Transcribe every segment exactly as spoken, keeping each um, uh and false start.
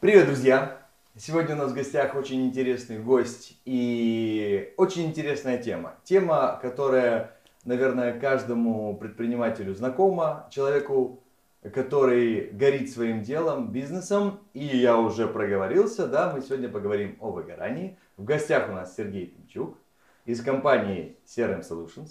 Привет, друзья! Сегодня у нас в гостях очень интересный гость и очень интересная тема. Тема, которая, наверное, каждому предпринимателю знакома, человеку, который горит своим делом, бизнесом. И я уже проговорился, да, мы сегодня поговорим о выгорании. В гостях у нас Сергей Тимчук из компании си ар эм Solutions.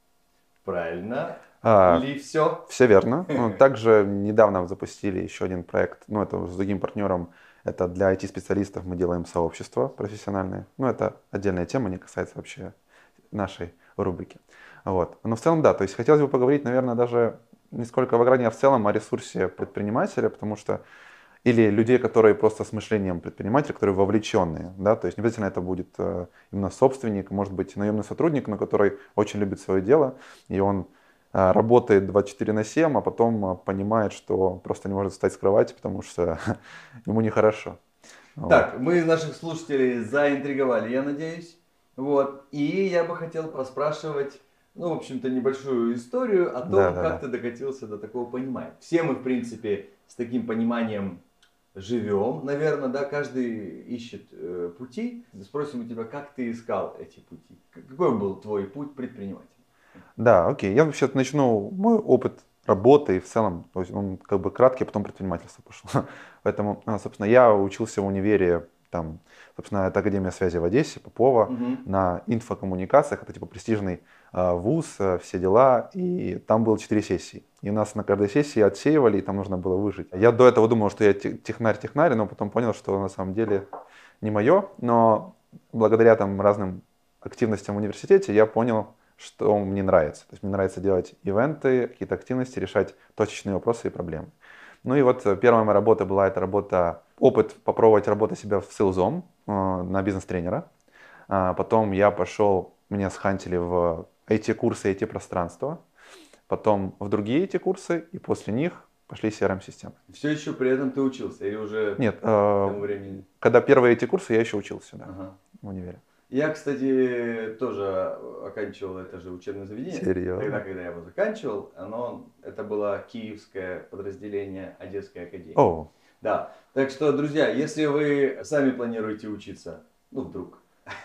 Правильно А, ли все? все верно. Ну, также недавно запустили еще один проект, ну, это с другим партнером, это для ай ти-специалистов мы делаем сообщество профессиональное. Ну, это отдельная тема, не касается вообще нашей рубрики. Вот. Но в целом, да, то есть хотелось бы поговорить, наверное, даже не сколько о выгорании, а в целом о ресурсе предпринимателя, потому что или людей, которые просто с мышлением предпринимателя, которые вовлеченные, да, то есть не обязательно это будет э, именно собственник, может быть наемный сотрудник, но который очень любит свое дело, и он э, работает двадцать четыре на семь, а потом э, понимает, что просто не может встать с кровати, потому что ему нехорошо. Вот. Так, мы наших слушателей заинтриговали, я надеюсь. Вот. И я бы хотел поспрашивать, ну, в общем-то, небольшую историю о Да, том, да, как да. ты докатился до такого понимания. Все мы, в принципе, с таким пониманием живем, наверное, да, каждый ищет э, пути. Спросим у тебя, как ты искал эти пути? Какой был твой путь предпринимателя? Да, окей. Я вообще начну мой опыт работы и в целом, то есть он как бы краткий, а потом предпринимательство пошло. Поэтому, а, собственно, я учился в универе, там, собственно, это Академия связи в Одессе, Попова, Мгм. на инфокоммуникациях, это типа престижный а, вуз, а, все дела, и там было четыре сессии. И нас на каждой сессии отсеивали, и там нужно было выжить. Я до этого думал, что я те- технарь-технарь, но потом понял, что на самом деле не мое, но благодаря там разным активностям в университете я понял, что мне нравится. То есть мне нравится делать ивенты, какие-то активности, решать точечные вопросы и проблемы. Ну и вот э, первая моя работа была эта работа, опыт попробовать работать себя в селзом э, на бизнес-тренера. А потом я пошел, меня схантили в ай ти-курсы, ай ти-пространство, потом в другие ай ти-курсы, и после них пошли си ар эм-системы. Все еще при этом ты учился или уже Нет, к э, тому времени? когда первые ай ти-курсы, я еще учился, да, Ага. в универе. Я, кстати, тоже оканчивал это же учебное заведение. Тогда, Серьезно? когда я его заканчивал, оно, это было киевское подразделение Одесской академии. О, Да, так что, друзья, если вы сами планируете учиться, ну вдруг,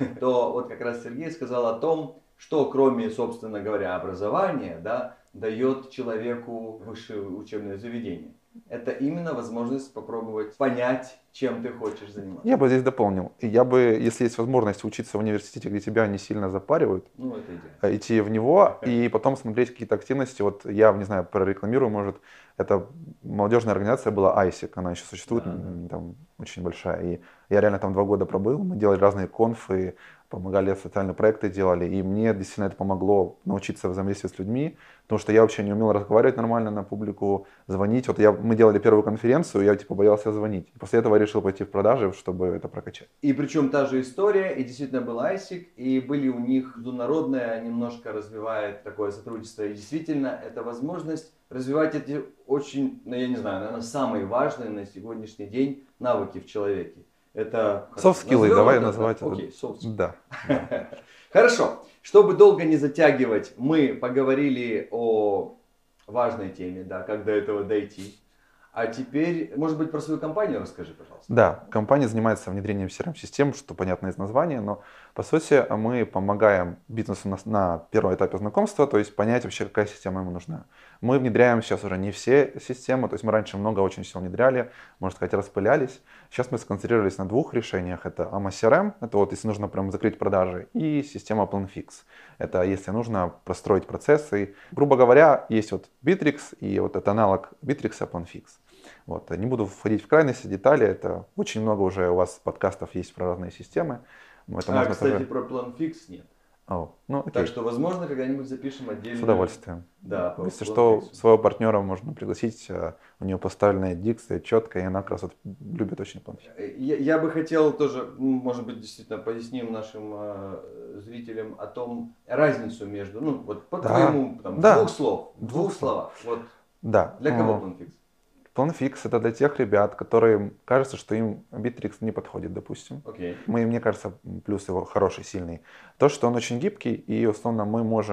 то вот как раз Сергей сказал о том, что кроме, собственно говоря, образования, да, дает человеку высшее учебное заведение. Это именно возможность попробовать понять, чем ты хочешь заниматься. я бы здесь дополнил. Я бы, если есть возможность учиться в университете, где тебя не сильно запаривают, Ну, это идеально. э, идти в него и потом смотреть какие-то активности. Вот я, не знаю, прорекламирую, может, это молодежная организация была айсик, она еще существует, Да, да. м, там очень большая. И я реально там два года пробыл, мы делали разные конфы, помогали, социальные проекты делали, и мне действительно это помогло научиться взаимодействовать с людьми, потому что я вообще не умел разговаривать нормально на публику, звонить. Вот я, мы делали первую конференцию, я типа боялся звонить. И после этого решил пойти в продажи, чтобы это прокачать. И причем та же история, и действительно был айсик, и были у них международное, немножко развивает такое сотрудничество. И действительно, это возможность развивать эти очень, ну я не знаю, наверное, самые важные на сегодняшний день навыки в человеке. Это, хорошо, Софт-скиллы, назовем давай это, да, называть это. окей, soft skills. Да, да. Хорошо, чтобы долго не затягивать, мы поговорили о важной теме, да, как до этого дойти. А теперь, может быть, про свою компанию расскажи, пожалуйста. Да, компания занимается внедрением си ар эм-систем, что понятно из названия, но по сути мы помогаем бизнесу на, на первом этапе знакомства, то есть понять вообще, какая система ему нужна. Мы внедряем сейчас уже не все системы, то есть мы раньше много очень всего внедряли, можно сказать, распылялись. Сейчас мы сконцентрировались на двух решениях. Это эй эм эс си ар эм, это вот если нужно прям закрыть продажи, и система PlanFix. Это если нужно простроить процессы. Грубо говоря, есть вот Bittrex, и вот это аналог Bittrex, PlanFix. Вот. Не буду входить в крайности, детали. Это очень много уже у вас подкастов есть про разные системы. Это А, можно кстати, тоже... про PlanFix нет. О, ну Так окей, что, возможно, когда-нибудь запишем с отдельную, удовольствием. да, по Если что, PlanFix. своего партнера можно пригласить, а, у нее поставленная дикция четкая, и она как раз вот любит очень PlanFix. Я, я бы хотел тоже, м, может быть, действительно поясним нашим э, зрителям о том, разницу между, ну, вот по Да, твоему, там, в двух да, слов, в двух двух слов. словах, вот Да, для кого PlanFix? PlanFix это для тех ребят, которым кажется, что им Bittrex не подходит, допустим. Окей. Мы, мне кажется, плюс его хороший, сильный. То, что он очень гибкий, и условно мы можем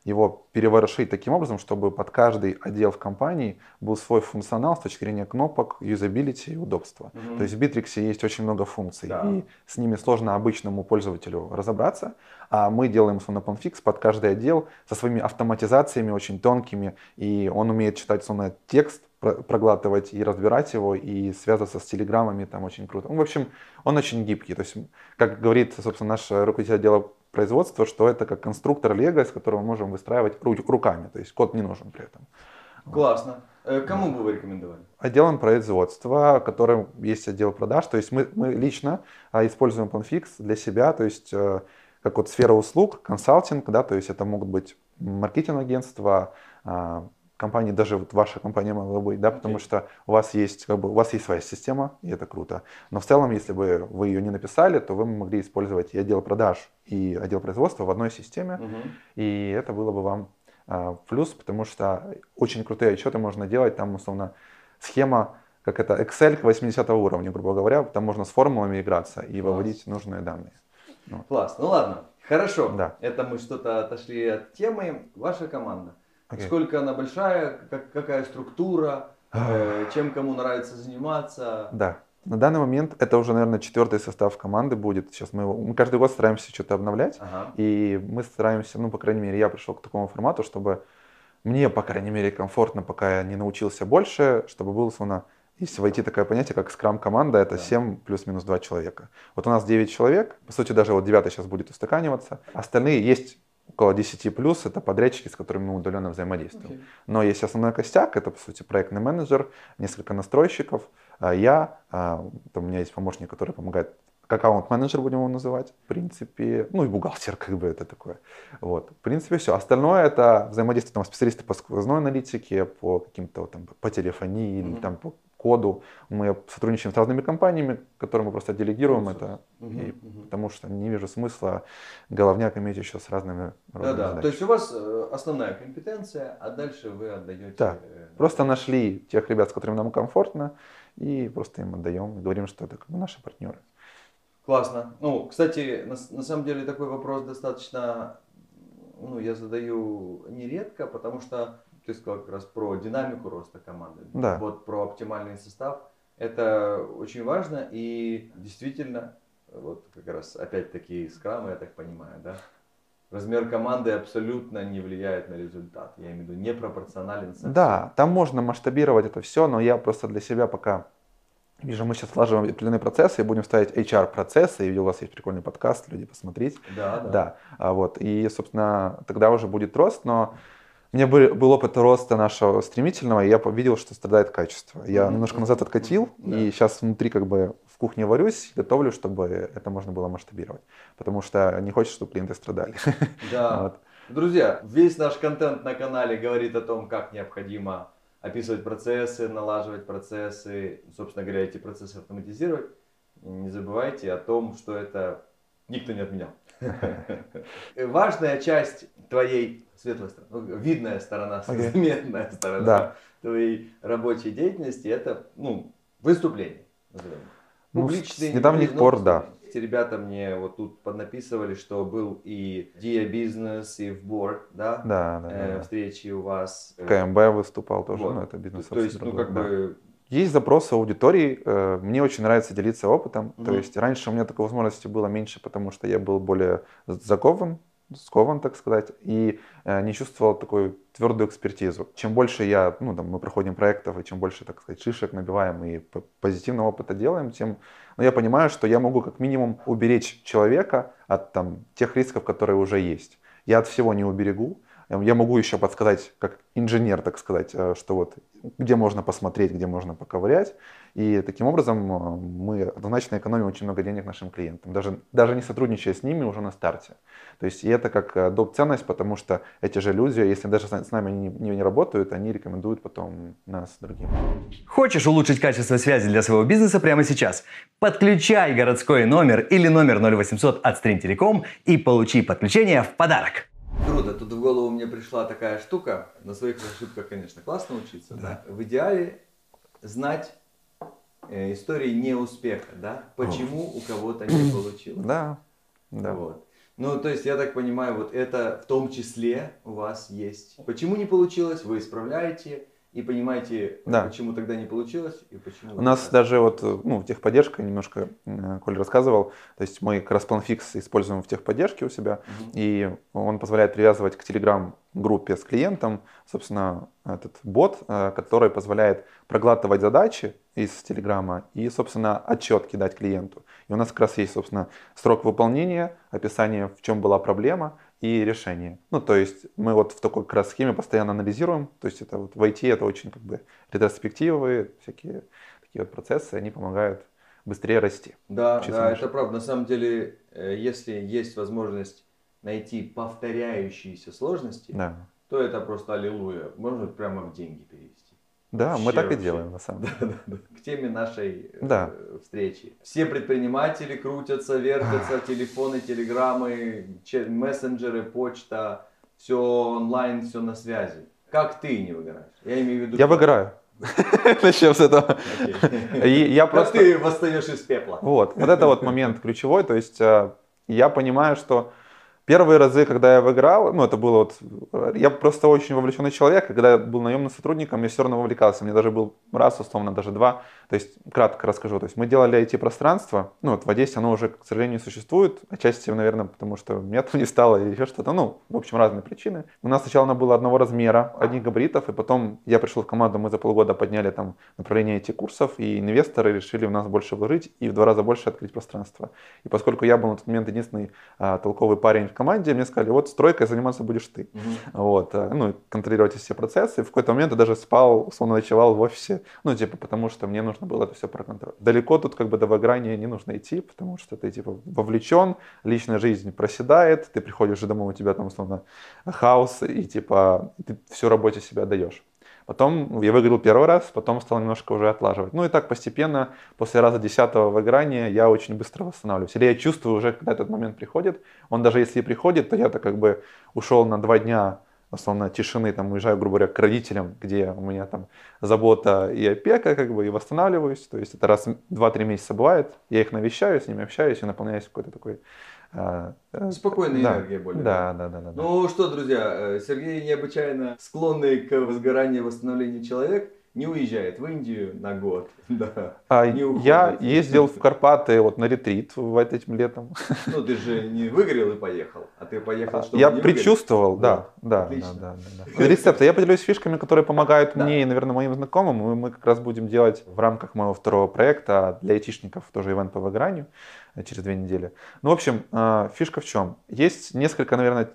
его переворошить таким образом, чтобы под каждый отдел в компании был свой функционал с точки зрения кнопок, юзабилити и удобства. Mm-hmm. То есть в Bittrex есть очень много функций, да. и с ними сложно обычному пользователю разобраться, а мы делаем условно конфиг под каждый отдел со своими автоматизациями очень тонкими, и он умеет читать условно текст, проглатывать и разбирать его, и связываться с телеграммами, там очень круто. Ну, в общем, он очень гибкий. То есть, как говорит, собственно, наш руководитель отдела производства, что это как конструктор Лего, из которого мы можем выстраивать руками, то есть код не нужен при этом. Классно. Кому бы вы рекомендовали? Отделом производства, которым есть отдел продаж, то есть мы, мы лично используем Planfix для себя, то есть как вот сфера услуг, консалтинг, да, то есть это могут быть маркетинг-агентства, компании, даже вот ваша компания могла быть, да, okay. потому что у вас есть, как бы, у вас есть своя система, и это круто. Но в целом, если бы вы ее не написали, то вы могли использовать и отдел продаж, и отдел производства в одной системе, uh-huh. и это было бы вам а, плюс, потому что очень крутые отчеты можно делать, там, условно, схема, как это, Excel восьмидесятого уровня, грубо говоря, там можно с формулами играться и Класс. Выводить нужные данные. Вот. Класс, ну ладно, хорошо, да. это мы что-то отошли от темы, ваша команда. Okay. Сколько она большая, как, какая структура, э, чем кому нравится заниматься? Да, на данный момент это уже, наверное, четвертый состав команды будет. Сейчас мы, его, мы каждый год стараемся что-то обновлять, ага. и мы стараемся, ну, по крайней мере, я пришел к такому формату, чтобы мне, по крайней мере, комфортно, пока я не научился больше, чтобы было, словно, если войти такое понятие, как скрам-команда, это да. семь плюс-минус два человека. Вот у нас девять человек, по сути, даже вот девятый сейчас будет устаканиваться. Остальные есть около десяти плюс, это подрядчики, с которыми мы удаленно взаимодействуем. Okay. Но есть основной костяк, это, по сути, проектный менеджер, несколько настройщиков, я, там у меня есть помощник, который помогает, как аккаунт-менеджер будем его называть, в принципе, ну и бухгалтер, как бы это такое. Вот, в принципе, все. Остальное это взаимодействие там, специалисты по сквозной аналитике, по каким-то там, по телефонии mm-hmm. или там по коду. Мы сотрудничаем с разными компаниями, которым мы просто делегируем mm-hmm. это, mm-hmm. И, mm-hmm. потому что не вижу смысла головняк иметь еще с разными родными Да-да, то есть у вас основная компетенция, а дальше вы отдаете... Да, просто нашли тех ребят, с которыми нам комфортно, и просто им отдаем, и говорим, что это как бы наши партнеры. Классно. Ну, кстати, на, на самом деле такой вопрос достаточно, ну, я задаю нередко, потому что ты сказал как раз про динамику роста команды, да. вот про оптимальный состав. Это очень важно и действительно, вот как раз опять-таки скрам, я так понимаю, да? Размер команды абсолютно не влияет на результат. Я имею в виду непропорционален совсем. Да, там можно масштабировать это все, но я просто для себя пока вижу, мы сейчас слаживаем определенные процессы и будем ставить эйч ар-процессы, и у вас есть прикольный подкаст, люди посмотреть. Да, да. Да, а вот, и, собственно, тогда уже будет рост, но у меня был, был опыт роста нашего стремительного, и я видел, что страдает качество. Я mm-hmm. немножко назад откатил, mm-hmm. и сейчас внутри как бы в кухне варюсь, готовлю, чтобы это можно было масштабировать. Потому что не хочется, чтобы клиенты страдали. Да. Вот. Друзья, весь наш контент на канале говорит о том, как необходимо описывать процессы, налаживать процессы, собственно говоря, эти процессы автоматизировать. Не забывайте о том, что это никто не отменял. Важная часть твоей светлой стороны, видная сторона, заметная сторона да. твоей рабочей деятельности, это ну, выступление. Публичные. Ну, с недавних пор, да. Эти ребята мне вот тут поднаписывали, что был и Dia Business, и в Board, да? Да, да, э, да. Встречи у вас. В ка эм бэ выступал тоже, вот. ну это бизнес. То есть, ну как да. бы... Есть запросы аудитории, мне очень нравится делиться опытом, угу. То есть раньше у меня такой возможности было меньше, потому что я был более закован, скован, так сказать, и не чувствовал такую твердую экспертизу. Чем больше я, ну там мы проходим проектов, и чем больше, так сказать, шишек набиваем и позитивного опыта делаем, тем ну, я понимаю, что я могу как минимум уберечь человека от там, тех рисков, которые уже есть. Я от всего не уберегу. Я могу еще подсказать, как инженер, так сказать, что вот где можно посмотреть, где можно поковырять. И таким образом мы однозначно экономим очень много денег нашим клиентам, даже, даже не сотрудничая с ними уже на старте. То есть и это как доп. Ценность, потому что эти же люди, если даже с нами не, не, не работают, они рекомендуют потом нас другим. Хочешь улучшить качество связи для своего бизнеса прямо сейчас? Подключай городской номер или номер ноль восемьсот от Стримтелеком и получи подключение в подарок. Круто, тут в голову мне пришла такая штука, на своих ошибках, конечно, классно учиться, да. Да? В идеале знать э, истории неуспеха, да, почему О. у кого-то не получилось. Да, да. Вот. Ну, то есть, я так понимаю, вот это в том числе у вас есть. Почему не получилось, вы исправляете и понимаете, Да. почему тогда не получилось и почему. У нас даже вот, ну, техподдержка, немножко э, Коля рассказывал, то есть мы как раз PlanFix используем в техподдержке у себя, Мгм. и он позволяет привязывать к Telegram-группе с клиентом, собственно, этот бот, э, который позволяет проглатывать задачи из Телеграма и, собственно, отчет кидать клиенту. И у нас как раз есть, собственно, срок выполнения, описание, в чем была проблема, и решение. Ну, то есть мы вот в такой как раз схеме постоянно анализируем, то есть это вот в ай ти это очень как бы ретроспективы, всякие такие вот процессы, они помогают быстрее расти. Да, учиться да, на это ошибках. правда. На самом деле, э, если есть возможность найти повторяющиеся сложности, Да. то это просто аллилуйя. Можно прямо в деньги перевести. Да, мы Вообще, так и вообще. делаем на самом Да, деле. да, да. К теме нашей э, Да. встречи. Все предприниматели крутятся, вертятся, телефоны, телеграммы, че- мессенджеры, почта, все онлайн, все на связи. Как ты не выгораешь? Я имею в виду... Я что- выгораю. Начнем с этого. Окей. И я Как просто... ты восстаешь из пепла? Вот, вот это вот момент ключевой, то есть э, я понимаю, что первые разы, когда я выиграл, ну это было вот, э, я просто очень вовлеченный человек, когда я был наемным сотрудником, я все равно вовлекался, мне даже был раз, условно, даже два, то есть кратко расскажу, то есть мы делали ай ти-пространство, ну вот в Одессе оно уже, к сожалению, существует, отчасти, наверное, потому что меня там не стало или еще что-то, ну, в общем, разные причины. У нас сначала оно было одного размера, одних габаритов, и потом я пришел в команду, мы за полгода подняли там направление ай ти-курсов, и инвесторы решили в нас больше вложить и в два раза больше открыть пространство. И поскольку я был на тот момент единственный а, толковый парень в команде, мне сказали, вот стройкой заниматься будешь ты. Мгм. Вот, а, ну, контролировать все процессы. И в какой-то момент я даже спал, условно ночевал в офисе, ну, типа, потому что мне нужно было это все проконтролировать. Далеко тут как бы до выгорания не нужно идти, потому что ты, типа, вовлечен, личная жизнь проседает, ты приходишь домой, у тебя там, условно, хаос, и, типа, ты всю работе себя даешь. Потом я выиграл первый раз, потом стал немножко уже отлаживать. Ну и так постепенно, после раза десятого выиграния, я очень быстро восстанавливаюсь. Или я чувствую уже, когда этот момент приходит. Он даже если и приходит, то я-то как бы ушел на два дня, условно, тишины, там уезжаю, грубо говоря, к родителям, где у меня там забота и опека, как бы, и восстанавливаюсь. То есть это раз в два-три месяца бывает. Я их навещаю, с ними общаюсь и наполняюсь какой-то такой... э, э, Спокойная да, энергия более. да, да, да, да, да. Ну что, друзья, э, Сергей необычайно склонный к возгоранию и восстановлению человек не уезжает в Индию на год. Да. А Не уходит. я ездил в Карпаты вот на ретрит в этим летом. Ну ты же не выгорел и поехал, а ты поехал, чтобы Я не выгореть. предчувствовал, да, Вот. да, да, Отлично. да, да, да. Рецепты. Я поделюсь фишками, которые помогают Да. мне и, наверное, моим знакомым. И мы как раз будем делать в рамках моего второго проекта для айтишников тоже ивент по выгоранию э, через две недели. Ну, в общем, э, фишка в чем? Есть несколько, наверное,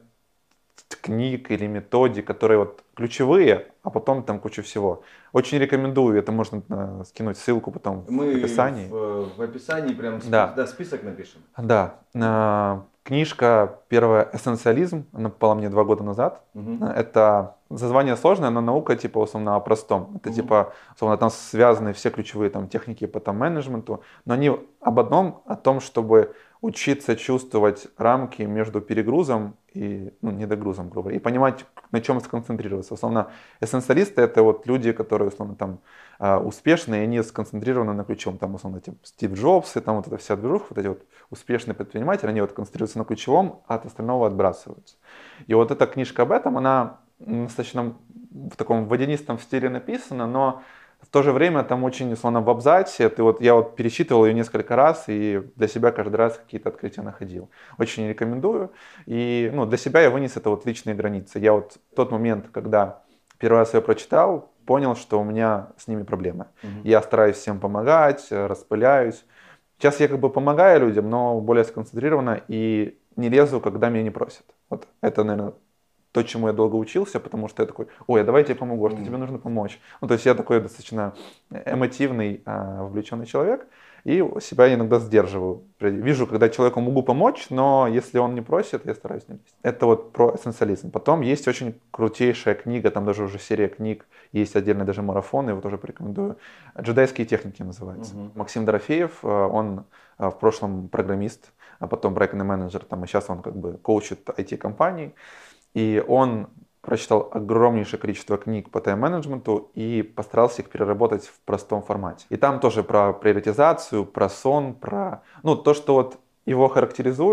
книг или методик, которые вот ключевые, а потом там куча всего. Очень рекомендую, это можно э, скинуть ссылку потом Мы в описании. В, в описании прям спи- Да. да, список напишем. Да, э, книжка первая «Эссенциализм», она попала мне два года назад. Мгм. Это название сложное, но наука типа условно о простом. Это Мгм. типа условно там связаны все ключевые там техники по там менеджменту, но они об одном, о том, чтобы учиться чувствовать рамки между перегрузом и ну, недогрузом, грубо говоря, и понимать, на чем сконцентрироваться. Условно, эссенциалисты — это вот люди, которые условно там а, успешные, и они сконцентрированы на ключевом. Там условно типа Стив Джобс и там вот эта вся движуха, вот эти вот успешные предприниматели, они вот концентрируются на ключевом, а от остального отбрасываются. И вот эта книжка об этом, она достаточно в таком водянистом стиле написана, но в то же время там очень, условно, в абзаце, ты вот, я вот перечитывал ее несколько раз и для себя каждый раз какие-то открытия находил. Очень рекомендую. И ну, для себя я вынес это вот личные границы. Я вот в тот момент, когда первый раз ее прочитал, понял, что у меня с ними проблемы. Мгм. Я стараюсь всем помогать, распыляюсь. Сейчас я как бы помогаю людям, но более сконцентрированно и не лезу, когда меня не просят. Вот это, наверное, то, чему я долго учился, потому что я такой, ой, а давай я тебе помогу, а что тебе нужно помочь? Ну, то есть я такой достаточно эмотивный, а, вовлеченный человек, и себя иногда сдерживаю. Вижу, когда человеку могу помочь, но если он не просит, я стараюсь не лезть. Это вот про эссенциализм. Потом есть очень крутейшая книга, там даже уже серия книг, есть отдельный даже марафон, я его тоже порекомендую. «Джедайские техники» называется. Мгм. Максим Дорофеев, он в прошлом программист, а потом проектный менеджер, там, и сейчас он как бы коучит ай ти-компаний. И он прочитал огромнейшее количество книг по тайм-менеджменту и постарался их переработать в простом формате. И там тоже про приоритизацию, про сон, про ну, то, что вот его характеризует,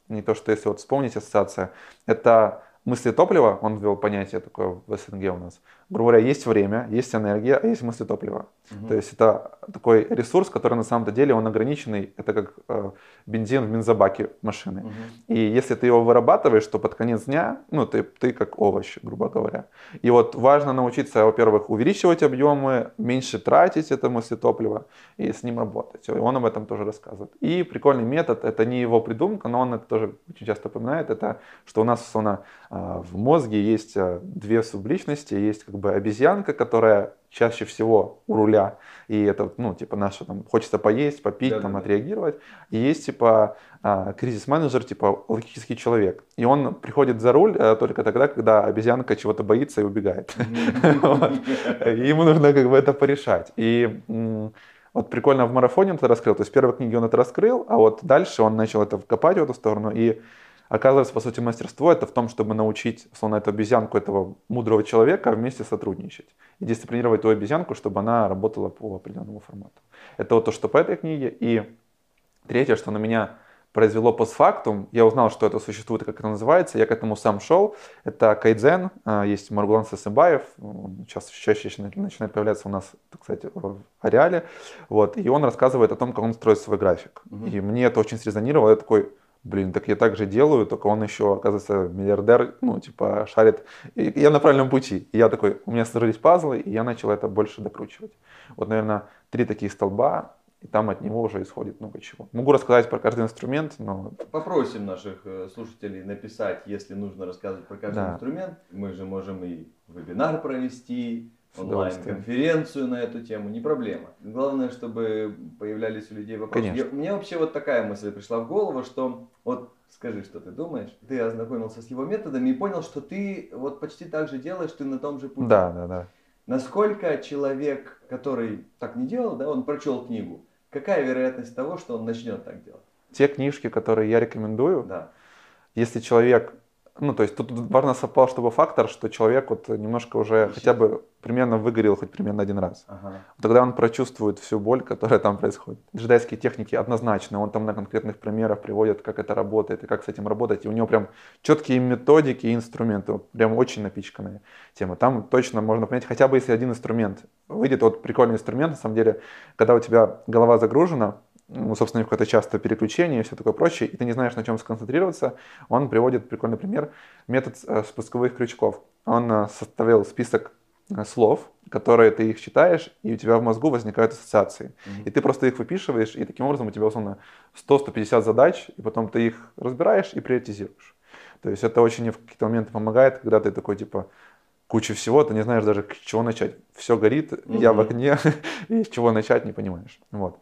не то, что если вот вспомнить ассоциация, это мысли топлива, он ввел понятие такое в СНГ у нас. Грубо говоря, есть время, есть энергия, а есть мысли топлива. Мгм. То есть это такой ресурс, который на самом-то деле он ограниченный, это как э, бензин в бензобаке машины. Мгм. И если ты его вырабатываешь, то под конец дня, ну, ты, ты как овощ, грубо говоря. И вот важно научиться, во-первых, увеличивать объемы, меньше тратить это мысли топлива и с ним работать. И он об этом тоже рассказывает. И прикольный метод, это не его придумка, но он это тоже очень часто упоминает, это что у нас, условно, э, в мозге есть э, две субличности, есть как бы обезьянка, которая чаще всего у руля, и это, ну, типа, наше, там, хочется поесть, попить, Да, там, да, да. отреагировать, и есть, типа, а, кризис-менеджер, типа, логический человек, и он приходит за руль а, только тогда, когда обезьянка чего-то боится и убегает. Вот. И ему нужно, как бы, это порешать. И м, вот прикольно в марафоне он это раскрыл, то есть в первой книге он это раскрыл, а вот дальше он начал это копать в эту сторону, и оказывается, по сути, мастерство это в том, чтобы научить, условно, эту обезьянку, этого мудрого человека вместе сотрудничать и дисциплинировать ту обезьянку, чтобы она работала по определенному формату. Это вот то, что по этой книге. И третье, что на меня произвело постфактум, я узнал, что это существует, как это называется, я к этому сам шел. Это кайдзен, есть Маргулан Сасымбаев, он сейчас чаще начинает появляться у нас, кстати, в Ареале, вот, и он рассказывает о том, как он строит свой график. Мгм. И мне это очень срезонировало, я такой... Блин, так я так же делаю, только он еще, оказывается, миллиардер, ну, типа, шарит. И я на правильном пути. И я такой, у меня сложились пазлы, и я начал это больше докручивать. Вот, наверное, три таких столба, и там от него уже исходит много чего. Могу рассказать про каждый инструмент, но... Попросим наших э, слушателей написать, если нужно рассказывать про каждый Да. инструмент. Мы же можем и вебинар провести, С удовольствием. онлайн-конференцию на эту тему, не проблема. Главное, чтобы появлялись у людей вопросы. Конечно. Я- мне вообще вот такая мысль пришла в голову, что вот скажи, что ты думаешь. Ты ознакомился с его методами и понял, что ты вот почти так же делаешь, ты на том же пути. Да, да, да. Насколько человек, который так не делал, да, он прочел книгу, какая вероятность того, что он начнет так делать? Те книжки, которые я рекомендую, Да. если человек... Ну, то есть тут важно совпал, чтобы фактор, что человек вот немножко уже Ищет. хотя бы примерно выгорел хоть примерно один раз. Ага. Тогда он прочувствует всю боль, которая там происходит. Джедайские техники однозначно, он там на конкретных примерах приводит, как это работает и как с этим работать. И у него прям четкие методики и инструменты, вот прям очень напичканные темы. Там точно можно понять, хотя бы если один инструмент выйдет, вот прикольный инструмент, на самом деле, когда у тебя голова загружена, ну, собственно, какое-то частое переключение и все такое прочее, и ты не знаешь, на чем сконцентрироваться, он приводит прикольный пример, метод э, спусковых крючков. Он э, составил список э, слов, которые ты их читаешь, и у тебя в мозгу возникают ассоциации. Мгм. И ты просто их выписываешь, и таким образом у тебя, условно, сто - сто пятьдесят задач, и потом ты их разбираешь и приоритизируешь. То есть это очень в какие-то моменты помогает, когда ты такой, типа, куча всего, ты не знаешь даже, с чего начать. Все горит, я в Мгм. огне, и с чего начать не понимаешь. Вот.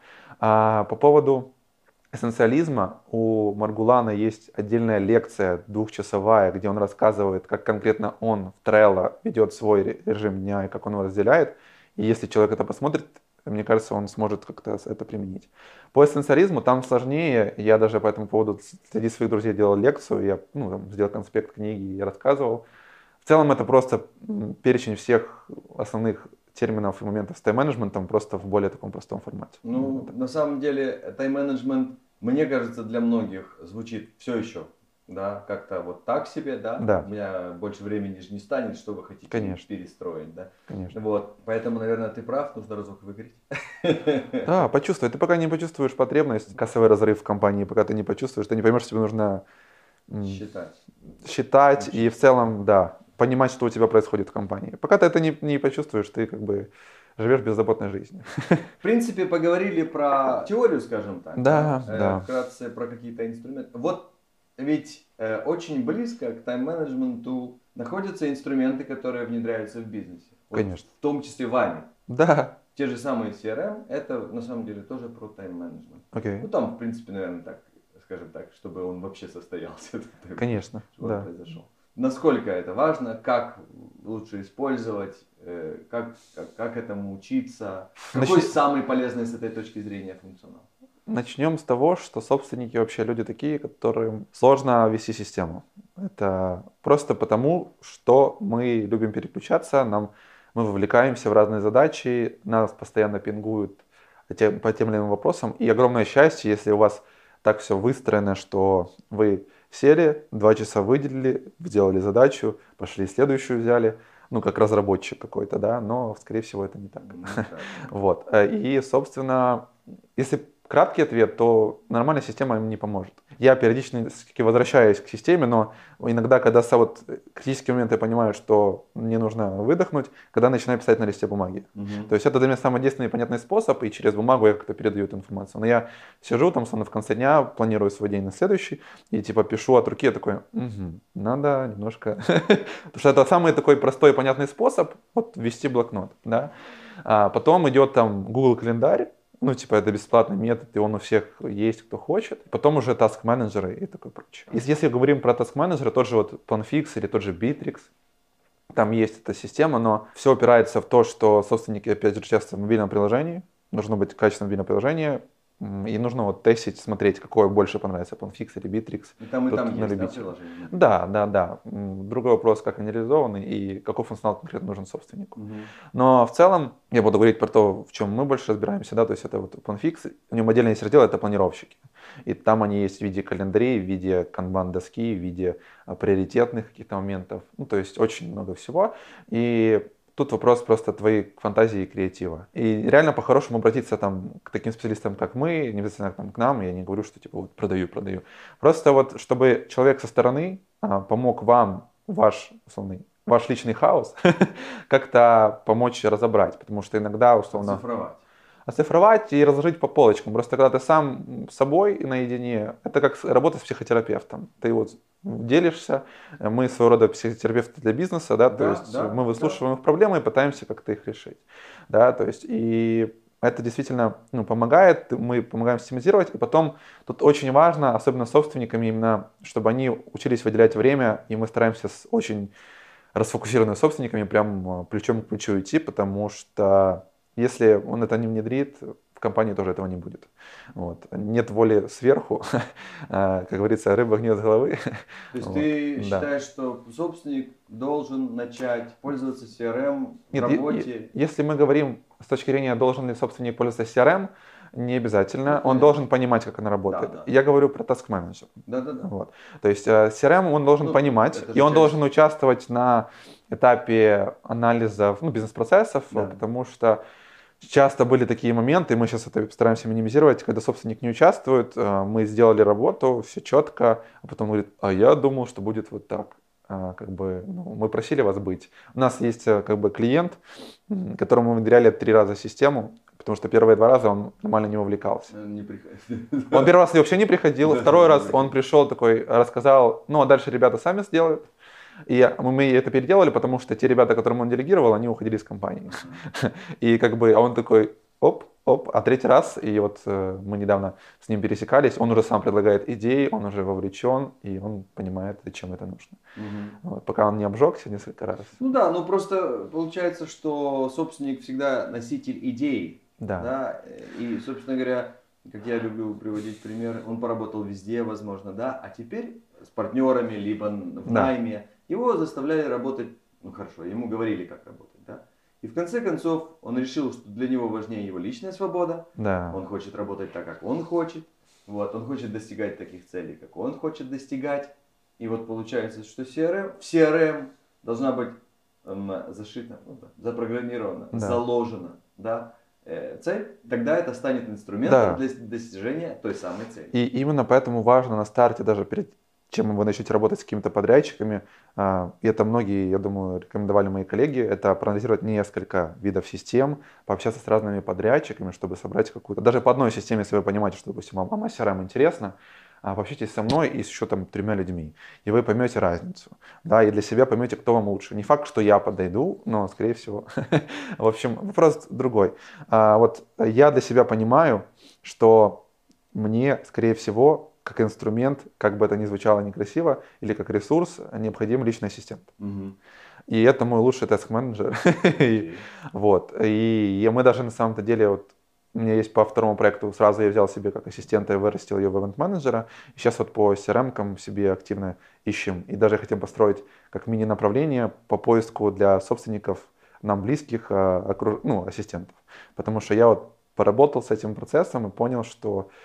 А по поводу эссенциализма у Маргулана есть отдельная лекция двухчасовая, где он рассказывает, как конкретно он в Trello ведет свой ре- режим дня и как он его разделяет. И если человек это посмотрит, мне кажется, он сможет как-то это применить. По эссенциализму там сложнее. Я даже по этому поводу среди своих друзей делал лекцию, я ну, там, сделал конспект книги и рассказывал. В целом это просто м, перечень всех основных терминов и моментов с тайм-менеджментом просто в более таком простом формате. Ну, Вот. на самом деле, тайм-менеджмент, мне кажется, для многих звучит все еще, да, как-то вот так себе, да. Да. У меня больше времени же не станет, что вы хотите Конечно. перестроить, да. Конечно. Вот, поэтому, наверное, ты прав, нужно разок выгореть. Да, почувствуй. Ты пока не почувствуешь потребность, кассовый разрыв в компании, пока ты не почувствуешь, ты не поймешь, что тебе нужно м, Считать. считать и в целом, да, понимать, что у тебя происходит в компании. Пока ты это не, не почувствуешь, ты как бы живешь беззаботной жизнью. В принципе, поговорили про теорию, скажем так. Да, Э, да. Вкратце про какие-то инструменты. Вот ведь э, очень близко к тайм-менеджменту находятся инструменты, которые внедряются в бизнесе. Вот Конечно. В том числе вами. Да, Те же самые си эр эм, это на самом деле тоже про тайм-менеджмент. окей. Ну там, в принципе, наверное, так, скажем так, чтобы он вообще состоялся. этот тайм- Конечно, чтобы он да. произошел. Насколько это важно, как лучше использовать, э, как, как, как этому учиться, какой Начни- самый полезный с этой точки зрения функционал? Начнем с того, что собственники вообще люди такие, которым сложно вести систему. Это просто потому, что мы любим переключаться, нам, мы вовлекаемся в разные задачи, нас постоянно пингуют тем- по тем или иным вопросам. И огромное счастье, если у вас так все выстроено, что вы Сели, два часа выделили, сделали задачу, пошли следующую взяли, ну, как разработчик какой-то, да, но, скорее всего, это не так. Ну, так. Вот. И, собственно, если краткий ответ, то нормальная система им не поможет. Я периодически возвращаюсь к системе, но иногда, когда вот критический момент я понимаю, что мне нужно выдохнуть, когда начинаю писать на листе бумаги. Угу. То есть это для меня самый действенный и понятный способ, и через бумагу я как-то передаю эту информацию. Но я сижу там, словно в конце дня, планирую свой день на следующий, и типа пишу от руки, я такой, угу, надо немножко... Потому что это самый такой простой и понятный способ, вот ввести блокнот, да. А потом идет там Google календарь, ну, типа, это бесплатный метод, и он у всех есть, кто хочет. Потом уже task-менеджеры и такое прочее. Если, если говорим про task-менеджера, тот же вот PlanFix или тот же Bittrex, там есть эта система, но все опирается в то, что собственники, опять же, часто в мобильном приложении, должно быть качественное мобильное приложение, и нужно вот тестить, смотреть, какое больше понравится, PlanFix или Bittrex. И там и Тут там на есть, да, любителя. приложение? Да, да, да. Другой вопрос, как они реализованы и какой функционал конкретно нужен собственнику. Угу. Но в целом, я буду говорить про то, в чем мы больше разбираемся, да, то есть это вот PlanFix, у него отдельный есть раздел, это планировщики. И там они есть в виде календарей, в виде канбан-доски, в виде а, приоритетных каких-то моментов, ну, то есть очень много всего. И тут вопрос просто твоей фантазии и креатива. И реально по-хорошему обратиться там к таким специалистам, как мы, не обязательно там, к нам, я не говорю, что типа вот продаю, продаю. Просто вот, чтобы человек со стороны а, помог вам ваш, условный, ваш личный хаос как-то помочь разобрать, потому что иногда, условно... Оцифровать. Оцифровать и разложить по полочкам. Просто когда ты сам с собой наедине, это как работа с психотерапевтом. Ты вот делишься, мы своего рода психотерапевты для бизнеса, да, Да, то есть да, мы выслушиваем да. их проблемы и пытаемся как-то их решить, да, то есть и это действительно, ну, помогает, мы помогаем систематизировать, и потом тут очень важно, особенно собственниками, именно, чтобы они учились выделять время, и мы стараемся с очень расфокусированными собственниками прям плечом к плечу идти, потому что если он это не внедрит, в компании тоже этого не будет. Вот. Нет воли сверху, как говорится, рыба гниет с головы. То есть Вот. ты Да. считаешь, что собственник должен начать пользоваться си эр эм в Нет, работе? е- если мы говорим с точки зрения, должен ли собственник пользоваться си эр эм, не обязательно. Ну, Он понятно. должен понимать, как она работает. Да, да. Я говорю про task manager. Да-да-да. Вот. То есть э, си эр эм он должен Ну, понимать, это и же он часть- должен участвовать на этапе анализов, ну, бизнес-процессов, Да. потому что часто были такие моменты, и мы сейчас это стараемся минимизировать, когда собственник не участвует, э, мы сделали работу, все четко, а потом говорит, а я думал, что будет вот так. А, как бы, ну, мы просили вас быть. У нас есть э, как бы клиент, м, которому мы внедряли три раза систему, потому что первые два раза он нормально не вовлекался. Э, Не приходит. Он первый раз вообще не приходил, Да, второй да, раз да. он пришел такой, рассказал, ну а дальше ребята сами сделают. И я- мы это переделали, потому что те ребята, которым он делегировал, они уходили из компании. И как бы, а он такой, оп, оп, а третий раз, и вот э, мы недавно с ним пересекались, он уже сам предлагает идеи, он уже вовлечен, и он понимает, зачем это нужно. Мгм. Вот, пока он не обжегся несколько раз. Ну да, ну просто получается, что собственник всегда носитель идей. Да. Да? И, собственно говоря, как я люблю приводить пример, он поработал везде, возможно, да, а теперь с партнерами, либо в Да. найме, его заставляли работать, ну хорошо, ему говорили, как работать, да. И в конце концов он решил, что для него важнее его личная свобода, Да. он хочет работать так, как он хочет, вот, он хочет достигать таких целей, как он хочет достигать. И вот получается, что си эр эм, в си эр эм должна быть эм, зашита, ну, да, запрограммирована, Да. заложена, да, э, цель, тогда это станет инструментом Да. для достижения той самой цели. И именно поэтому важно на старте, даже перед чем вы начнете работать с какими-то подрядчиками, а, и это многие, я думаю, рекомендовали мои коллеги, это проанализировать несколько видов систем, пообщаться с разными подрядчиками, чтобы собрать какую-то, даже по одной системе, если вы понимаете, что, допустим, вам си эр эм интересно, а, пообщайтесь со мной и с еще там тремя людьми, и вы поймете разницу, да, и для себя поймете, кто вам лучше. Не факт, что я подойду, но, скорее всего. В общем, вопрос другой. А, Вот я для себя понимаю, что мне, скорее всего, как инструмент, как бы это ни звучало некрасиво, или как ресурс, необходим личный ассистент. Мгм. И это мой лучший тест-менеджер. И- Вот. И и мы даже на самом-то деле, вот у меня есть по второму проекту, сразу я взял себе как ассистента и вырастил ее в ивент-менеджера. И сейчас вот по си эр эм-кам себе активно ищем. И даже хотим построить как мини-направление по поиску для собственников нам близких а, окруж- ну, ассистентов. Потому что я вот поработал с этим процессом и понял, что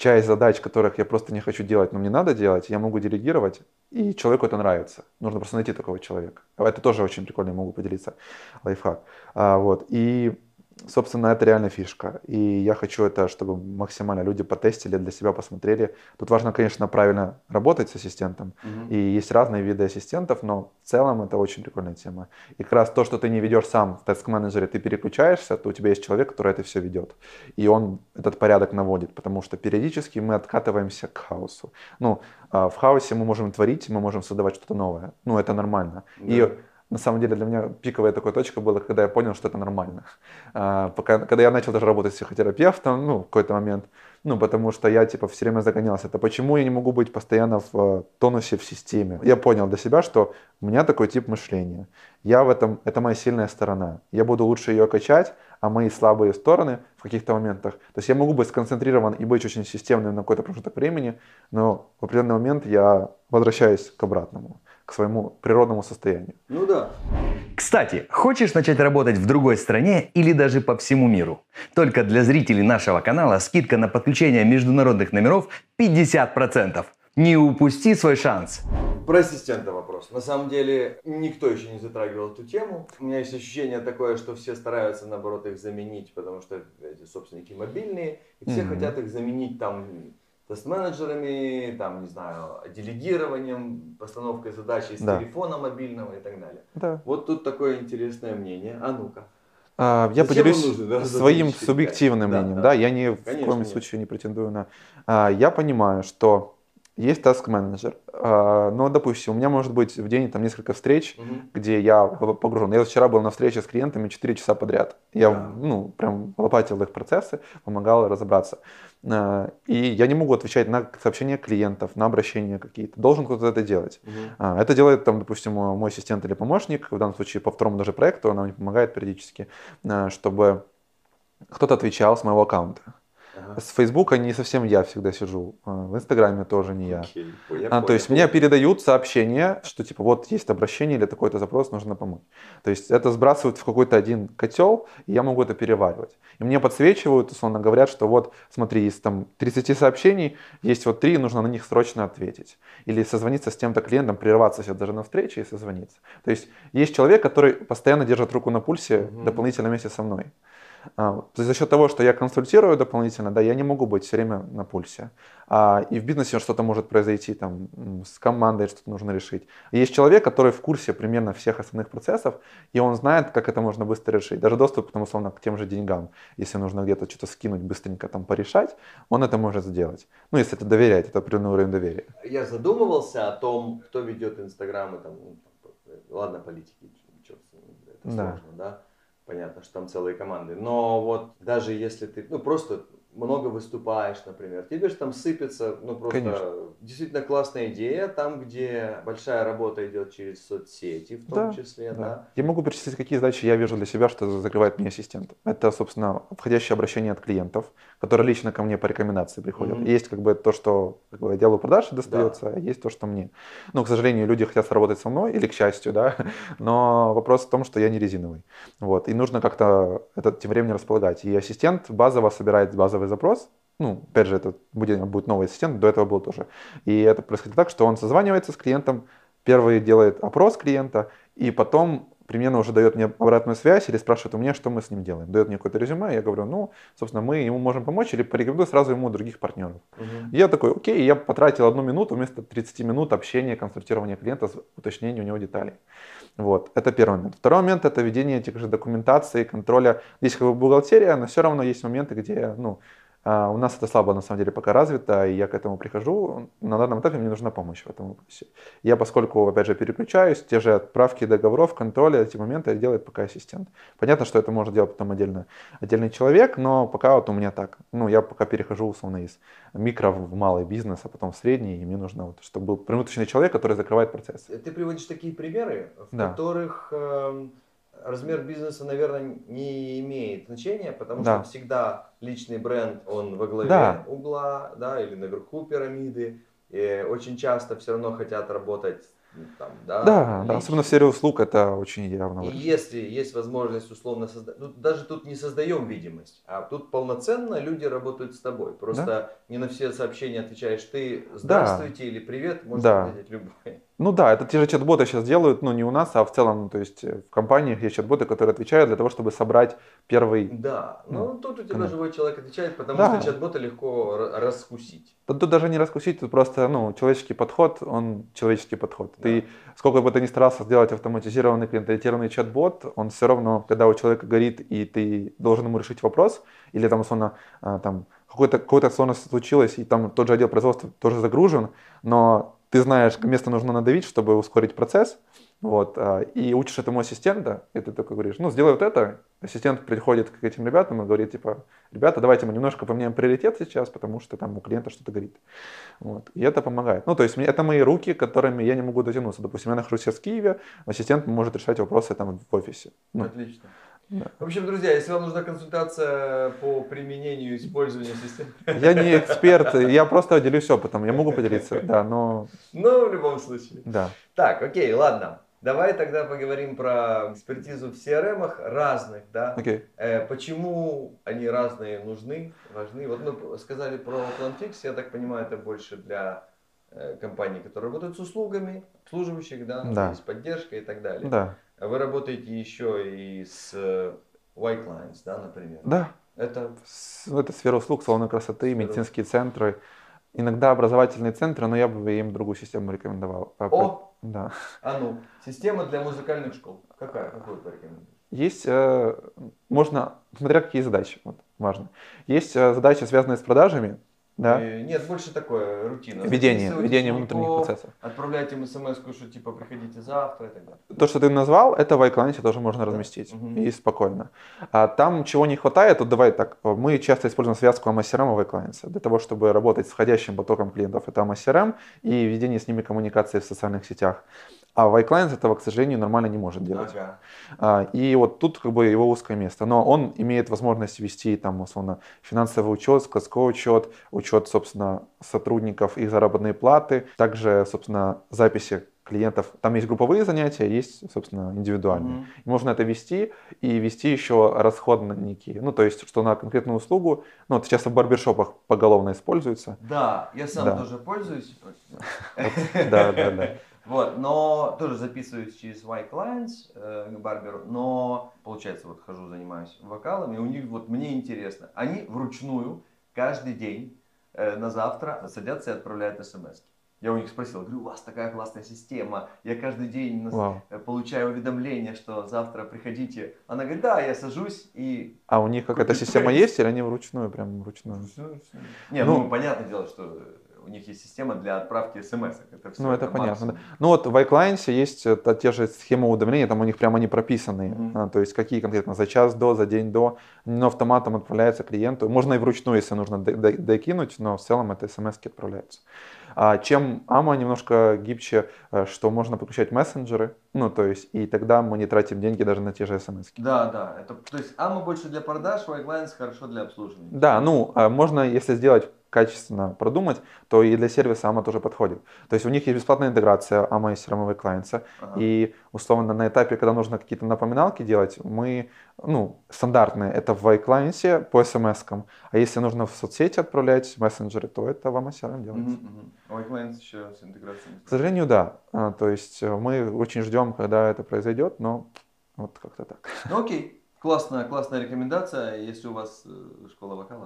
часть задач, которых я просто не хочу делать, но мне надо делать, я могу делегировать, и человеку это нравится. Нужно просто найти такого человека. Это тоже очень прикольно, я могу поделиться лайфхак. А, вот. И, собственно, это реально фишка. И я хочу это, чтобы максимально люди потестили, для себя посмотрели. Тут важно, конечно, правильно работать с ассистентом. Мгм. И есть разные виды ассистентов, но в целом это очень прикольная тема. И как раз то, что ты не ведешь сам в таск-менеджере, ты переключаешься, то у тебя есть человек, который это все ведет. И он этот порядок наводит, потому что периодически мы откатываемся к хаосу. Ну, а, в хаосе мы можем творить, мы можем создавать что-то новое. Ну, это нормально. Да. И на самом деле для меня пиковая такая точка была, когда я понял, что это нормально. А, пока, когда я начал даже работать психотерапевтом, ну, в какой-то момент, ну, потому что я, типа, все время загонялся. Это почему я не могу быть постоянно в э, тонусе в системе? Я понял для себя, что у меня такой тип мышления. Я в этом, это моя сильная сторона. Я буду лучше ее качать, а мои слабые стороны в каких-то моментах. То есть я могу быть сконцентрирован и быть очень системным на какой-то промежуток времени, но в определенный момент я возвращаюсь к обратному, к своему природному состоянию. Ну да. Кстати, хочешь начать работать в другой стране или даже по всему миру? Только для зрителей нашего канала скидка на подключение международных номеров пятьдесят процентов. Не упусти свой шанс. Про ассистента вопрос. На самом деле, никто еще не затрагивал эту тему. У меня есть ощущение такое, что все стараются, наоборот, их заменить, потому что эти собственники мобильные, и все Мгм. хотят их заменить там тест-менеджерами, там, не знаю, делегированием, постановкой задачи с Да. телефона мобильного и так далее. Да. Вот тут такое интересное мнение. А ну-ка. А, Я Зачем поделюсь он нужен, да, за своим тысячу субъективным пять? мнением. Да, Да, да. я ни в Конечно, коем нет. случае не претендую на... А, Я понимаю, что есть task-менеджер, а, но, допустим, у меня может быть в день там несколько встреч, Мгм. где я погружен. Я вот вчера был на встрече с клиентами четыре часа подряд. Я, Да. ну, прям лопатил их процессы, помогал разобраться. А, И я не могу отвечать на сообщения клиентов, на обращения какие-то. Должен кто-то это делать. Мгм. А, Это делает, там, допустим, мой ассистент или помощник, в данном случае по второму даже проекту, она мне помогает периодически, а, чтобы кто-то отвечал с моего аккаунта. Ага. С Фейсбука не совсем я всегда сижу, а, в Инстаграме тоже не я. Окей, я А, то понял. есть мне передают сообщение, что типа вот есть обращение или такой-то запрос, нужно помочь. То есть это сбрасывают в какой-то один котел, и я могу это переваривать. И мне подсвечивают, условно говорят, что вот смотри, из там тридцати сообщений, есть вот три, нужно на них срочно ответить. Или созвониться с тем-то клиентом, прерваться сейчас даже на встрече и созвониться. То есть есть человек, который постоянно держит руку на пульсе Мгм. дополнительно вместе со мной. А, то есть за счет того, что я консультирую дополнительно, да, я не могу быть все время на пульсе. А, и в бизнесе что-то может произойти там м, с командой, что-то нужно решить. И есть человек, который в курсе примерно всех основных процессов, и он знает, как это можно быстро решить. Даже доступ, там, условно, к тем же деньгам, если нужно где-то что-то скинуть, быстренько там порешать, он это может сделать. Ну, если это доверять, это определенный уровень доверия. Я задумывался о том, кто ведет Инстаграм и там, ну, там, ладно, политики, чё, это Да. сложно, да, понятно, что там целые команды, но вот даже если ты, ну, просто много выступаешь, например, тебе же там сыпется, ну, просто Конечно. действительно классная идея, там, где большая работа идет через соцсети, в том Да, числе, да. да. Я могу перечислить, какие задачи я вижу для себя, что закрывает мне ассистент. Это, собственно, входящее обращение от клиентов, которые лично ко мне по рекомендации приходят. Мгм. Есть как бы то, что как бы, отделу продаж достается, а есть то, что мне. Ну, к сожалению, люди хотят сработать со мной, или к счастью, да, но вопрос в том, что я не резиновый. Вот, и нужно как-то это тем временем располагать. И ассистент базово собирает базовый запрос. Ну, опять же, это будет, будет новый ассистент, до этого был тоже. И это происходит так, что он созванивается с клиентом, первый делает опрос клиента, и потом примерно уже дает мне обратную связь или спрашивает у меня, что мы с ним делаем. Дает мне какое-то резюме, я говорю, ну, собственно, мы ему можем помочь или порекомендую сразу ему других партнеров. Мгм. И я такой, окей, я потратил одну минуту вместо тридцати минут общения, консультирования клиента, с уточнением у него деталей. Вот, это первый момент. Второй момент – это ведение этих же документаций, контроля. Здесь как бы бухгалтерия, но все равно есть моменты, где, ну, а, у нас это слабо на самом деле пока развито, и я к этому прихожу. На данном этапе мне нужна помощь в этом вопросе. Я, поскольку, опять же, переключаюсь, те же отправки договоров, контроля, эти моменты делает пока ассистент. Понятно, что это может делать потом отдельно, отдельный человек, но пока вот у меня так. Ну, я пока перехожу, условно, из микро в малый бизнес, а потом в средний, и мне нужно, вот, чтобы был промежуточный человек, который закрывает процесс. Ты приводишь такие примеры, в Да. которых эм, размер бизнеса, наверное, не имеет значения, потому Да. что всегда личный бренд, он во главе Да. угла, да, или наверху пирамиды. И очень часто все равно хотят работать ну, там, да, Да, да, личный. особенно в сфере услуг это очень явно И выражено. если есть возможность условно создать, ну, даже тут не создаем видимость, а тут полноценно люди работают с тобой. Да? Просто не на все сообщения отвечаешь ты Да, здравствуйте или привет, может да. ответить любой. Ну да, это те же чат-боты сейчас делают, ну не у нас, а в целом, то есть э, в компаниях есть чат-боты, которые отвечают для того, чтобы собрать первый, Да, ну, ну тут у тебя коннект. живой человек отвечает, потому что Да, чат-бота легко ра- раскусить. тут, тут даже не раскусить, тут просто, ну, человеческий подход, он человеческий подход. Да. Ты, сколько бы ты ни старался сделать автоматизированный, клиент-ориентированный чат-бот, он все равно, когда у человека горит, и ты должен ему решить вопрос, или там, условно, а, там, какой-то, какой-то сложность случилась, и там тот же отдел производства тоже загружен, но ты знаешь, какое место нужно надавить, чтобы ускорить процесс, вот, а, и учишь этому ассистента, и ты такой говоришь, ну, сделай вот это, ассистент приходит к этим ребятам и говорит, типа, ребята, давайте мы немножко поменяем приоритет сейчас, потому что там у клиента что-то горит. Вот. И это помогает. Ну, то есть мне- это мои руки, которыми я не могу дотянуться. Допустим, я нахожусь сейчас в Киеве, ассистент может решать вопросы там в офисе. Ну, Отлично. да. В общем, друзья, если вам нужна консультация по применению и использованию системы, Я не эксперт, я просто делюсь опытом. Я могу поделиться, да, но но в любом случае. да. Так, окей, ладно. Давай тогда поговорим про экспертизу в си эр эм-ах разных, да? Окей. Э, почему они разные нужны, важны? Вот мы сказали про PlanFix, я так понимаю, это больше для э, компаний, которые работают с услугами, обслуживающих, да, Да. есть поддержка и так далее. Да. Вы работаете еще и с э, Y-Clients, да, например? Да. Это С- ну, это сфера услуг, салоны красоты, Сфера медицинские центры, иногда образовательные центры, но я бы им другую систему рекомендовал. По- по- О! Да. А ну, система для музыкальных школ. Какая? Какую порекомендуешь? Есть, э, можно, смотря какие задачи, вот, важно. Есть э, задачи, связанные с продажами, да, Э, Нет, больше такое рутина. ведение, Записывать ведение внутренних учеников, процессов. отправлять им смс, что типа приходите завтра и так далее. То, что ты назвал, это в iClient тоже можно Да? разместить Мгм. и спокойно. А там, чего не хватает, вот давай так, мы часто используем связку эй эм эс эр эм и iClient для того, чтобы работать с входящим потоком клиентов. Это эй эм эс эр эм и ведение с ними коммуникации в социальных сетях. А в iClient этого, к сожалению, нормально не может делать. Ага. А, И вот тут как бы его узкое место. Но он имеет возможность вести там, условно, финансовый учет, складской учет, учет, собственно, сотрудников, их заработной платы, также, собственно, записи клиентов. Там есть групповые занятия, есть, собственно, индивидуальные. Мгм. И можно это вести и вести еще расходники. Ну, то есть, что на конкретную услугу, ну, это часто в барбершопах поголовно используется. Да, я сам Да. тоже пользуюсь. Да, да, да. Вот, но тоже записываюсь через Y-Clients э, к барберу, но получается вот хожу, занимаюсь вокалом, и у них вот мне интересно, они вручную каждый день э, на завтра садятся и отправляют смс. Я у них спросил, говорю, у вас такая классная система, я каждый день нас- Вау. э, получаю уведомление, что завтра приходите. Она говорит, да, я сажусь и... А у них какая-то система Copy-paste. есть или они вручную, прям вручную? Не, Ну, ну понятное дело, что у них есть система для отправки смс. Это все, Ну, это понятно. Да. Ну, вот в iClient есть это, те же схемы уведомления, там у них прямо они прописаны. Мгм. А, то есть какие конкретно за час до, за день до, но автоматом отправляется клиенту. Можно и вручную, если нужно д- д- докинуть, но в целом это смс-ки отправляются. А чем ама немножко гибче, э, что можно подключать мессенджеры, ну, то есть, и тогда мы не тратим деньги даже на те же смс-ки. Да, да. Это, то есть ама больше для продаж, Y-Clients хорошо для обслуживания. Да, ну, а можно, если сделать качественно продумать, то и для сервиса ама тоже подходит. То есть у них есть бесплатная интеграция ама и си эр эм клиента. Ага. И условно на этапе, когда нужно какие-то напоминалки делать, мы, ну, стандартные, это в iClient по смс-кам. А если нужно в соцсети отправлять мессенджеры, то это в ама си эр эм делается. Мгм, мгм. Y-Clients еще с интеграцией. К сожалению, да. А, то есть э, мы очень ждем, когда это произойдет, но вот как-то так. Ну окей. Классная, классная рекомендация, если у вас э, школа вокала.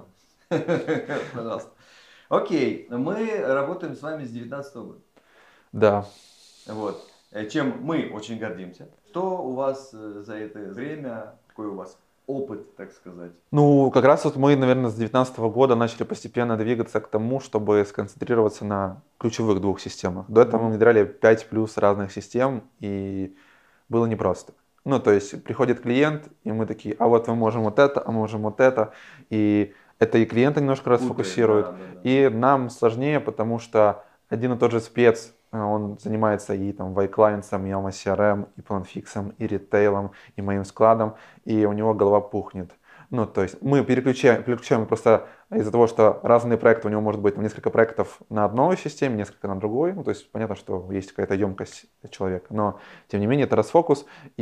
Пожалуйста. Окей, мы работаем с вами с две тысячи девятнадцатого года. Да. Вот. Э, Чем мы очень гордимся. Что у вас э, за это время, какой у вас опыт, так сказать? Ну, как раз вот мы, наверное, с две тысячи девятнадцатого года начали постепенно двигаться к тому, чтобы сконцентрироваться на ключевых двух системах. До этого мы внедряли пять плюс разных систем, и было непросто. Ну, то есть приходит клиент, и мы такие, а вот мы можем вот это, а мы можем вот это, и это и клиента немножко расфокусирует, Да, да, да. и нам сложнее, потому что один и тот же спец, э, он занимается и там Y-Clients, и ама си эр эм, и PlanFix, и ритейлом, и моим складом, и у него голова пухнет. Ну, то есть мы переключаем, переключаем просто из-за того, что разные проекты, у него может быть там, несколько проектов на одной системе, несколько на другой. Ну, то есть понятно, что есть какая-то емкость человека, но тем не менее это расфокус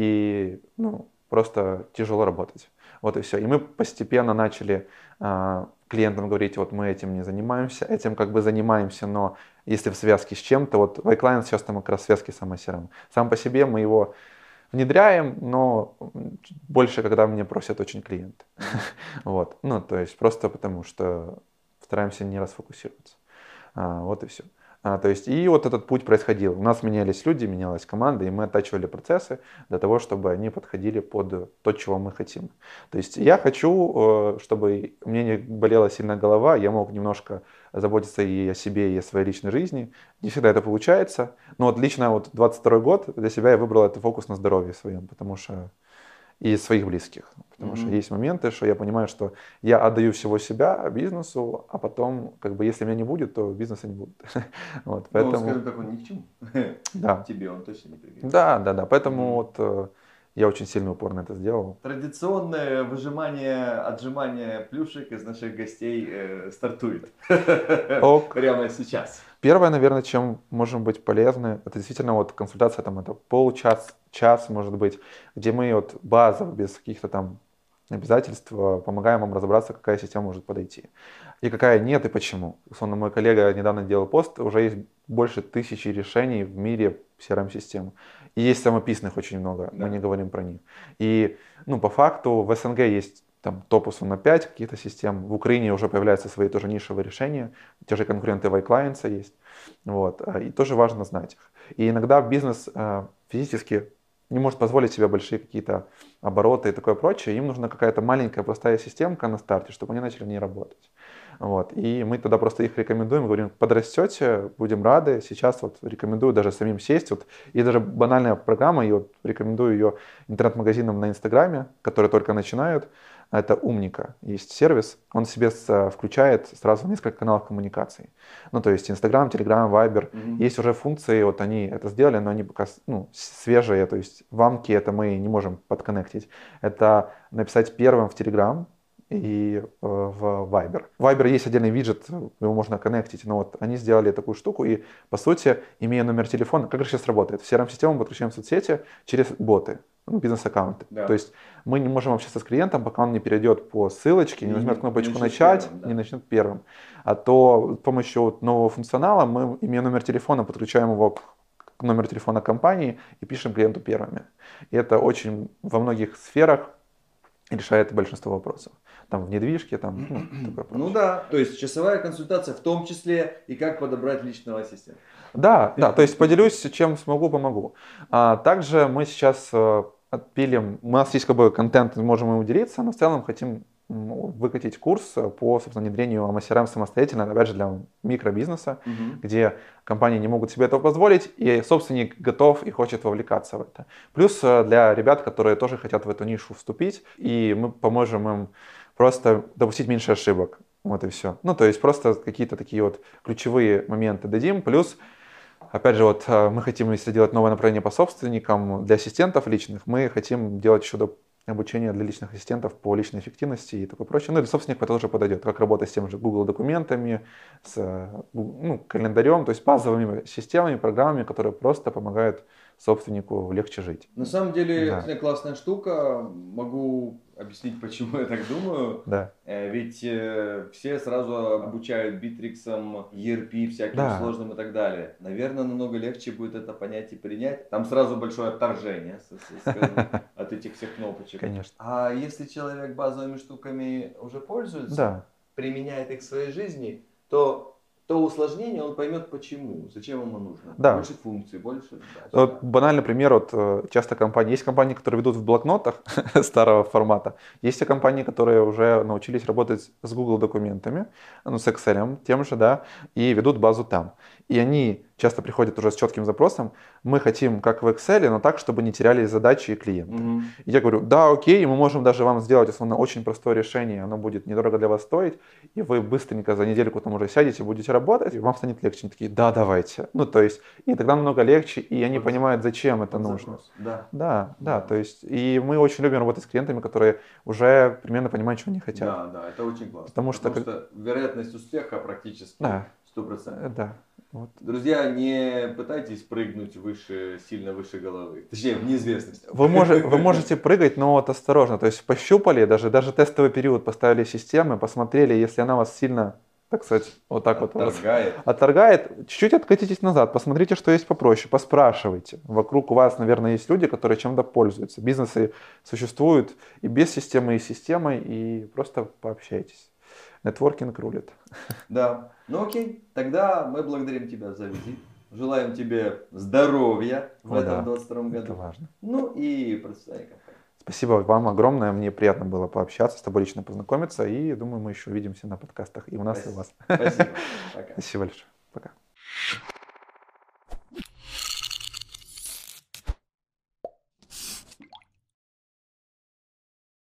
и ну, просто тяжело работать. Вот и все. И мы постепенно начали э, клиентам говорить, вот мы этим не занимаемся, этим как бы занимаемся, но если в связке с чем-то, вот iClient сейчас там как раз в связке с эм эс эр эм. Сам по себе мы его внедряем, но больше, когда мне просят очень клиенты. Вот. Ну, то есть просто потому, что стараемся не расфокусироваться. А, вот и все. А, то есть и вот этот путь происходил. У нас менялись люди, менялась команда, и мы оттачивали процессы для того, чтобы они подходили под то, чего мы хотим. То есть я хочу, чтобы мне не болела сильно голова, я мог немножко заботиться и о себе, и о своей личной жизни. Не всегда это получается. Но вот лично вот двадцать второй год для себя я выбрал этот фокус на здоровье своем, потому что и своих близких. Потому mm-hmm. что есть моменты, что я понимаю, что я отдаю всего себя бизнесу, а потом, как бы, если меня не будет, то бизнеса не будет. Вот, поэтому... Ну, скажем так, он ни к чему. Да. Тебе он точно не пригодится. Да, да, да. Поэтому mm-hmm. вот э, я очень сильно упорно это сделал. Традиционное выжимание, отжимание плюшек из наших гостей э, стартует. Ок. Прямо сейчас. Первое, наверное, чем можем быть полезны, это действительно вот консультация, там, это полчас, час, может быть, где мы вот базово, без каких-то там обязательств, помогаем вам разобраться, какая система может подойти. И какая нет, и почему. Условно, мой коллега недавно делал пост, уже есть больше тысячи решений в мире си ар эм-систем. И есть самописных очень много, да. Мы не говорим про них. И, ну, по факту в СНГ есть там топ условно пять каких-то систем. В Украине уже появляются свои тоже нишевые решения. Те же конкуренты в iClient есть. Вот. И тоже важно знать их. И иногда бизнес физически не может позволить себе большие какие-то обороты и такое прочее. Им нужна какая-то маленькая простая системка на старте, чтобы они начали в ней работать. Вот. И мы тогда просто их рекомендуем, говорим, подрастете, будем рады. Сейчас вот рекомендую даже самим сесть. Вот. И даже банальная программа, и вот рекомендую ее интернет-магазинам на Инстаграме, которые только начинают. Это Умника, есть сервис, он себе с, включает сразу несколько каналов коммуникаций. Ну, то есть Инстаграм, Телеграм, Вайбер. Mm-hmm. Есть уже функции, вот они это сделали, но они пока ну, свежие, то есть в Амке это мы не можем подконнектить. Это написать первым в Телеграм и э, в Вайбер. В Вайбер есть отдельный виджет, его можно коннектить, но вот они сделали такую штуку, и по сути, имея номер телефона, как же сейчас работает? В си ар эм-систему мы подключаем соцсети через боты. Ну, бизнес-аккаунты. Да. То есть мы не можем общаться с клиентом, пока он не перейдет по ссылочке, не, не нажмет кнопочку не «Начать», первым, да. не начнет первым. А то с помощью вот нового функционала мы, имея номер телефона, подключаем его к, к номеру телефона компании и пишем клиенту первыми. И это очень во многих сферах решает большинство вопросов. Там в недвижке, там, ну, такое ну да, то есть часовая консультация в том числе и как подобрать личного ассистента. Да, да, то есть поделюсь, чем смогу, помогу. А также мы сейчас отпилим, у нас есть как бы контент, можем ему делиться, но в целом хотим выкатить курс по, собственно, внедрению эм эс эр эм самостоятельно, опять же, для микробизнеса, угу. где компании не могут себе этого позволить, и собственник готов и хочет вовлекаться в это. Плюс для ребят, которые тоже хотят в эту нишу вступить, и мы поможем им просто допустить меньше ошибок. Вот и все. Ну, то есть просто какие-то такие вот ключевые моменты дадим. Плюс, опять же, вот мы хотим, если делать новое направление по собственникам, для ассистентов личных, мы хотим делать еще до обучение для личных ассистентов по личной эффективности и такое прочее. Ну, для собственника это тоже подойдет. Как работать с тем же Google документами, с ну, календарем, то есть базовыми системами, программами, которые просто помогают собственнику легче жить. На самом деле, да. это классная штука. Могу объяснить, почему я так думаю. Да. Ведь э, все сразу обучают битриксам, и эр пи всяким да. сложным и так далее. Наверное, намного легче будет это понять и принять. Там сразу большое отторжение от этих всех кнопочек. Конечно. А если человек базовыми штуками уже пользуется, да. применяет их в своей жизни, то то усложнение он поймет почему, зачем ему нужно. Да. Больше функций, больше задач. Вот банальный пример, вот часто компании, есть компании, которые ведут в блокнотах старого формата, есть и компании, которые уже научились работать с Google документами, ну с Excel тем же, да, и ведут базу там. и они часто приходят уже с четким запросом, мы хотим как в Excel, но так, чтобы не терялись задачи и клиенты. Мгм. И я говорю, да, окей, мы можем даже вам сделать, условно, очень простое решение, оно будет недорого для вас стоить, и вы быстренько за недельку там уже сядете, будете работать, и вам станет легче. Они такие, да, давайте. Ну, то есть, и тогда намного легче, и они Вот. понимают, зачем это Вот нужно. запрос. Да. Да, да, Да. то есть, и мы очень любим работать с клиентами, которые уже примерно понимают, что они хотят. Да, да, это очень классно. Потому что как- что вероятность успеха практически Да. сто процентов. Э, Да, вот. Друзья, не пытайтесь прыгнуть выше, сильно выше головы. Точнее, в неизвестность. Вы, може- вы можете прыгать, но вот осторожно. То есть пощупали, даже, даже тестовый период поставили системы, посмотрели, если она вас сильно, так сказать, вот так вот вас Отторгает. отторгает, чуть-чуть откатитесь назад, посмотрите, что есть попроще, поспрашивайте. Вокруг у вас, наверное, есть люди, которые чем-то пользуются. Бизнесы существуют и без системы, и с системой, и просто пообщайтесь. Нетворкинг рулит. Да. Ну окей, тогда мы благодарим тебя за визит. Желаем тебе здоровья в О, этом да. двадцать втором Это году. важно. Ну и процветания компании. Спасибо вам огромное. Мне приятно было пообщаться, с тобой лично познакомиться. И думаю, мы еще увидимся на подкастах и у нас, и у вас. Спасибо. Пока. Спасибо большое. Пока.